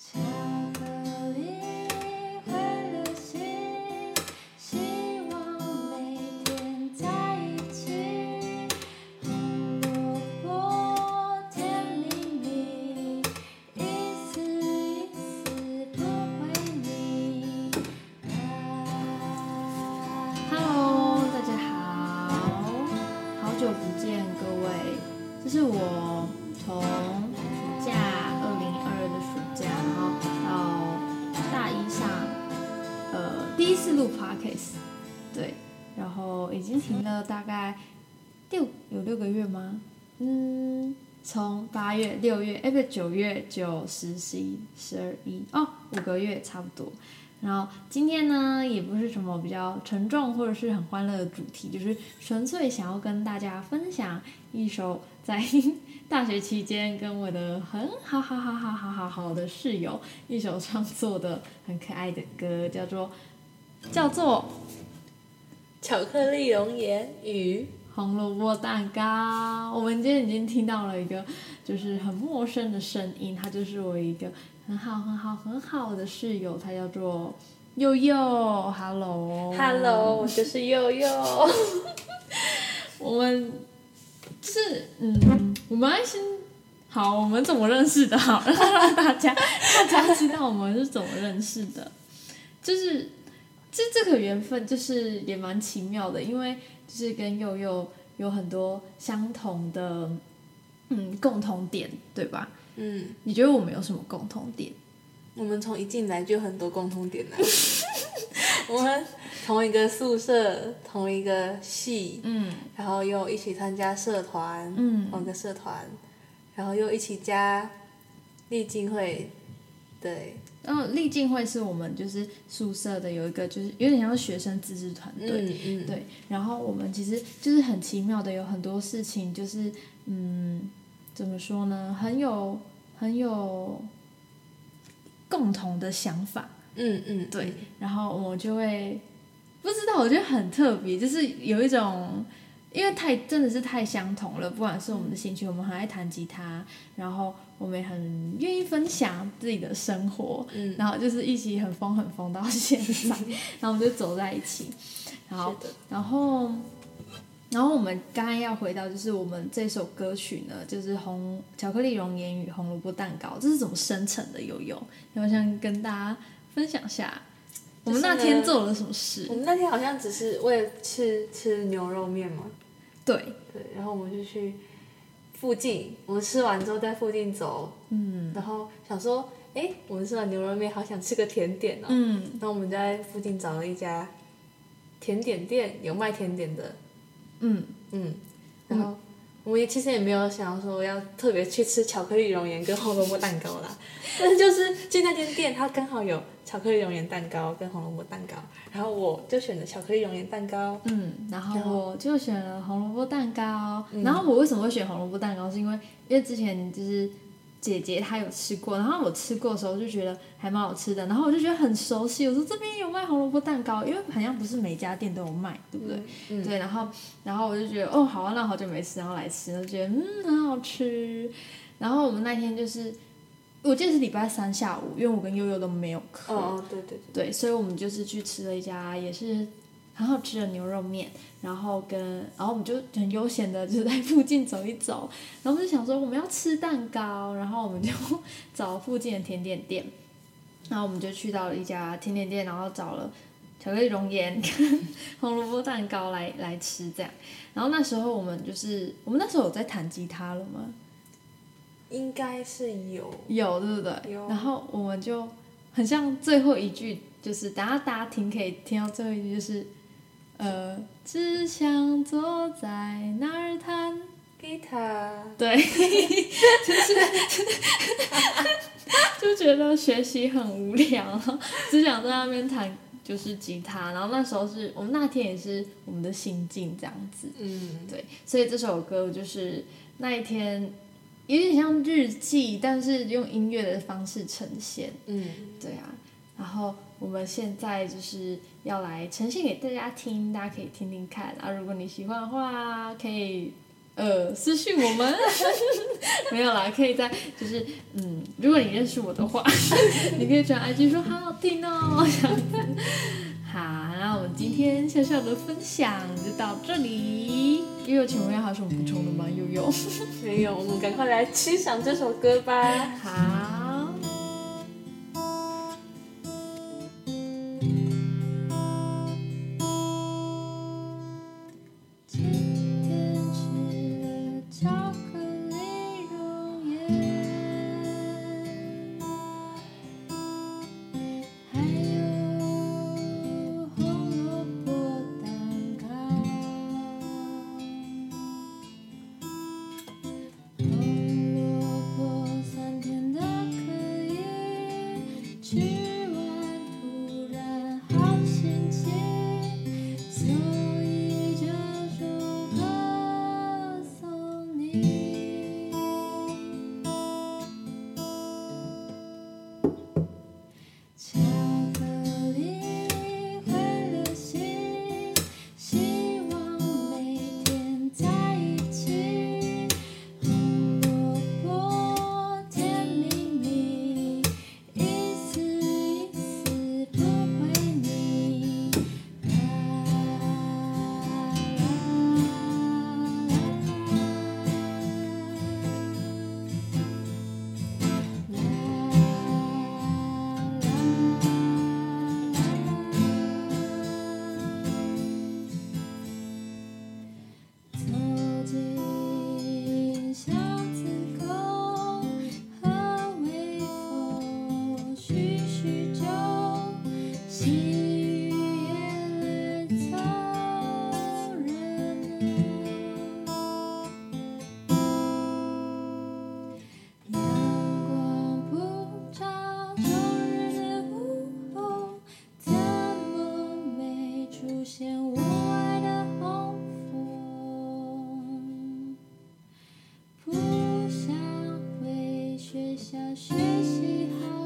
巧克力会流行，希望每天在一起。红萝卜甜蜜蜜，一丝一丝不会腻。Hello， 大家好，好久不见各位，这是我从暑假2022的暑假，然后到大一上，第一次录 podcast， 对，然后已经停了大概有6个月吗？从8月、6月，不是9月、9、10、11、12、5个月差不多。然后今天呢，也不是什么比较沉重或者是很欢乐的主题，就是纯粹想要跟大家分享一首在大学期间跟我的很好的室友一首创作的很可爱的歌，叫做巧克力熔岩与红萝卜蛋糕。我们今天已经听到了一个就是很陌生的声音，它就是我一个很好的室友，他叫做佑佑 ，Hello， 我就是佑佑。 我们就是我们要先好，我们怎么认识的？好，让大家知道我们是怎么认识的。就是这个缘分，就是也蛮奇妙的，因为就是跟佑佑有很多相同的共同点，对吧？你觉得我们有什么共同点？ 我们从一进来就很多共同点了。我们同一个宿舍，同一个系，然后又一起参加社团，同一个社团，然后又一起加励进会，对。 然后励进会是我们就是宿舍的有一个就是有点像学生自治团队，对。然后我们其实就是很奇妙的有很多事情，就是怎么说呢，很有共同的想法，对。然后我就会不知道，我觉得很特别，就是有一种。因为真的是太相同了，不管是我们的兴趣，我们很爱弹吉他，然后我们也很愿意分享自己的生活，然后就是一起很疯到现在，然后我们就走在一起，然后我们刚刚要回到就是我们这首歌曲呢，就是巧克力熔岩与红萝卜蛋糕，这是怎么生成的？佑佑，要不想跟大家分享一下？我们那天做了什么事？ 我们那天好像只是为了吃牛肉面嘛。 对， 然后我们就去附近，我们吃完之后在附近走，然后想说，我们吃完牛肉面，好想吃个甜点哦，然后我们在附近找了一家甜点店，有卖甜点的，然后我们其实也没有想说要特别去吃巧克力熔岩跟红萝卜蛋糕啦，但是就是去那间店，它刚好有巧克力熔岩蛋糕跟红萝卜蛋糕，然后我就选了巧克力熔岩蛋糕， 然后我就选了红萝卜蛋糕，然后我为什么会选红萝卜蛋糕，是因为之前就是姐姐她有吃过，然后我吃过的时候就觉得还蛮好吃的，然后我就觉得很熟悉，我说这边有卖红萝卜蛋糕，因为好像不是每家店都有卖，对不对？对，然后我就觉得好啊，那好久没吃，然后来吃，就觉得很好吃。然后我们那天就是我记得是礼拜3下午，因为我跟佑佑都没有课，对，所以我们就是去吃了一家也是很好吃的牛肉面，然后我们就很悠闲的就是在附近走一走，然后就想说我们要吃蛋糕，然后我们就找附近的甜点店，然后我们就去到了一家甜点店，然后找了巧克力熔岩跟红萝卜蛋糕来吃这样。然后那时候我们那时候有在弹吉他了吗？ 应该是有， 对不对？ 有。 然后我们就很像最后一句，就是等下大家可以听到最后一句，就是只想坐在那儿弹吉他。对， 就觉得学习很无聊，只想在那边弹就是吉他。然后那时候我们那天也是我们的心境这样子，对，所以这首歌就是那一天。有点像日记，但是用音乐的方式呈现。对啊。然后我们现在就是要来呈现给大家听，大家可以听听看。然后如果你喜欢的话，可以私讯我们没有啦，可以在就是如果你认识我的话，你可以转 IG 说好好听哦，这样子。好，那我们今天小小的分享就到这里。悠悠，请问还有什么补充的吗？悠悠， 没有，我们赶快来欣赏这首歌吧。 好。学校学习好。